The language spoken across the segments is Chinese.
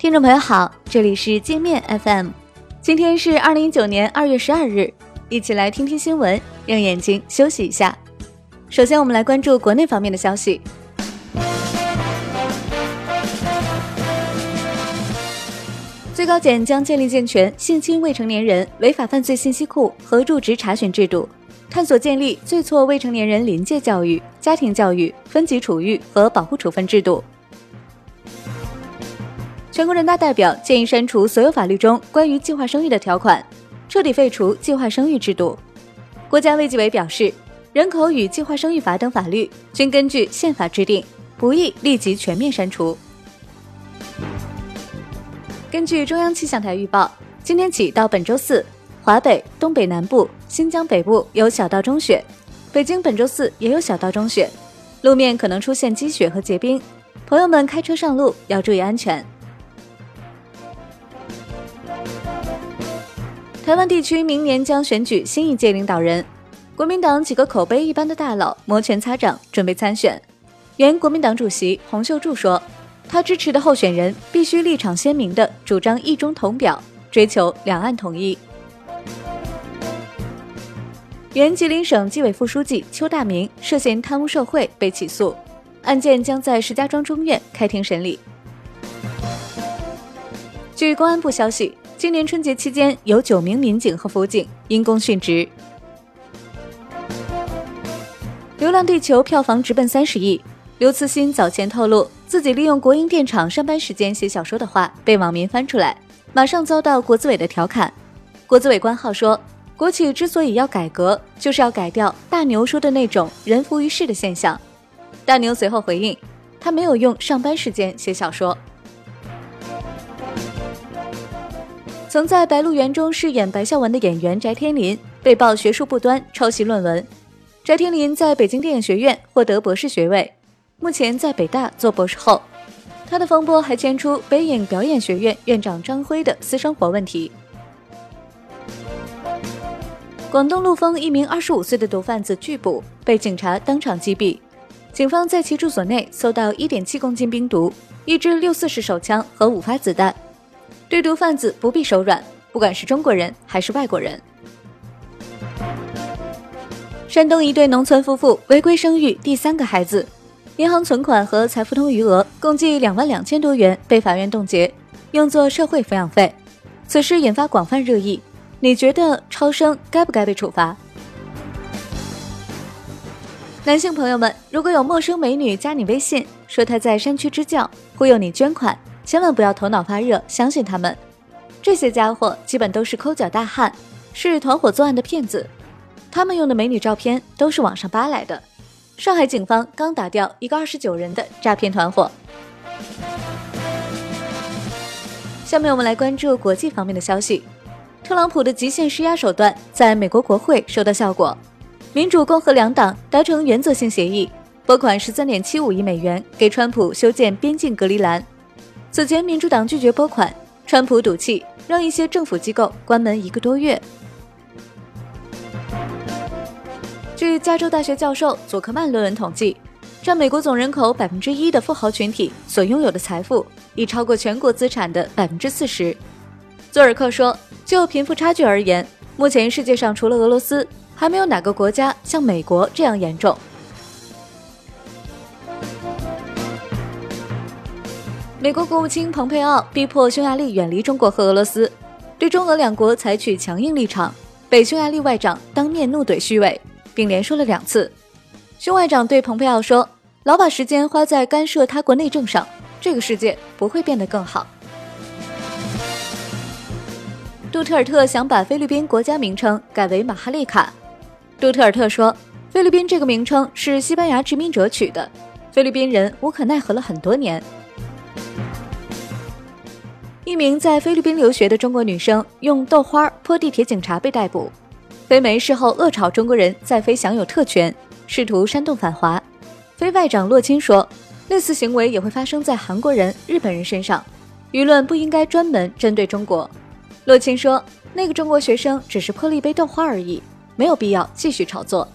听众朋友好，这里是界面 FM， 今天是2019年2月12日，一起来听听新闻，让眼睛休息一下。首先我们来关注国内方面的消息。最高检将建立健全性侵未成年人违法犯罪信息库和入职查询制度，探索建立罪错未成年人临界教育、家庭教育、分级处遇和保护处分制度。全国人大代表建议删除所有法律中关于计划生育的条款，彻底废除计划生育制度。国家卫计委表示，人口与计划生育法等法律均根据宪法制定，不宜立即全面删除。根据中央气象台预报，今天起到本周四，华北、东北南部、新疆北部有小到中雪，北京本周四也有小到中雪，路面可能出现积雪和结冰，朋友们开车上路要注意安全。台湾地区明年将选举新一届领导人，国民党几个口碑一般的大佬摩拳擦掌，准备参选。原国民党主席洪秀柱说，他支持的候选人必须立场鲜明地主张一中统表，追求两岸统一。原吉林省纪委副书记邱大明涉嫌贪污受贿被起诉，案件将在石家庄中院开庭审理。据公安部消息，今年春节期间有9名民警和辅警因公殉职。《流浪地球》票房直奔30亿，刘慈欣早前透露自己利用国营电厂上班时间写小说的话被网民翻出来，马上遭到国资委的调侃。国资委官号说，国企之所以要改革，就是要改掉大牛说的那种人浮于事的现象。大牛随后回应，他没有用上班时间写小说。曾在《白鹿原》中饰演白孝文的演员翟天临被曝学术不端，抄袭论文。翟天临在北京电影学院获得博士学位，目前在北大做博士后。他的风波还牵出北影表演学院院长张辉的私生活问题。广东陆丰一名25岁的毒贩子拒捕，被警察当场击毙。警方在其住所内搜到 1.7 公斤冰毒、一支640手枪和5发子弹。对毒贩子不必手软，不管是中国人还是外国人。山东一对农村夫妇违规生育第3个孩子，银行存款和财付通余额共计2万2千多元被法院冻结，用作社会抚养费。此事引发广泛热议，你觉得超生该不该被处罚？男性朋友们，如果有陌生美女加你微信，说她在山区支教，忽悠你捐款，千万不要头脑发热相信他们，这些家伙基本都是抠脚大汉，是团伙作案的骗子。他们用的美女照片都是网上扒来的。上海警方刚打掉一个29人的诈骗团伙。下面我们来关注国际方面的消息。特朗普的极限施压手段在美国国会收到效果，民主共和两党达成原则性协议，拨款13.75亿美元给川普修建边境隔离栏。此前民主党拒绝拨款，川普赌气让一些政府机构关门1个多月。据加州大学教授佐克曼论文统计，占美国总人口 1% 的富豪群体所拥有的财富已超过全国资产的 40%。 佐尔克说，就贫富差距而言，目前世界上除了俄罗斯，还没有哪个国家像美国这样严重。美国国务卿蓬佩奥逼迫匈牙利远离中国和俄罗斯，对中俄两国采取强硬立场，被匈牙利外长当面怒怼虚伪，并连说了2次。匈外长对蓬佩奥说，老把时间花在干涉他国内政上，这个世界不会变得更好。杜特尔特想把菲律宾国家名称改为马哈利卡。杜特尔特说，菲律宾这个名称是西班牙殖民者取的，菲律宾人无可奈何了很多年。一名在菲律宾留学的中国女生用豆花泼地铁警察被逮捕。菲媒事后恶炒中国人在菲享有特权，试图煽动反华。菲外长洛钦说，类似行为也会发生在韩国人、日本人身上，舆论不应该专门针对中国。洛钦说，那个中国学生只是泼了一杯豆花而已，没有必要继续炒作。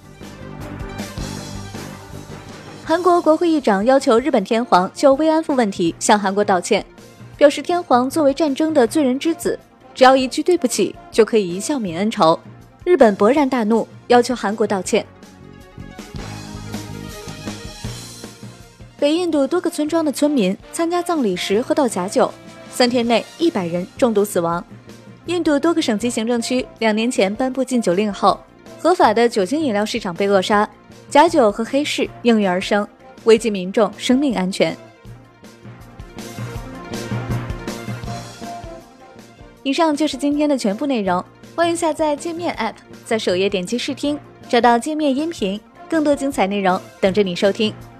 韩国国会议长要求日本天皇就慰安妇问题向韩国道歉， 表示天皇作为战争的罪人之子，只要一句对不起就可以一笑泯恩仇。日本勃然大怒，要求韩国道歉。北印度多个村庄的村民参加葬礼时喝到假酒，3天内100人中毒死亡。印度多个省级行政区2年前颁布禁酒令后，合法的酒精饮料市场被扼杀，假酒和黑市应运而生，危及民众生命安全。以上就是今天的全部内容，欢迎下载界面 App， 在首页点击试听，找到界面音频，更多精彩内容等着你收听。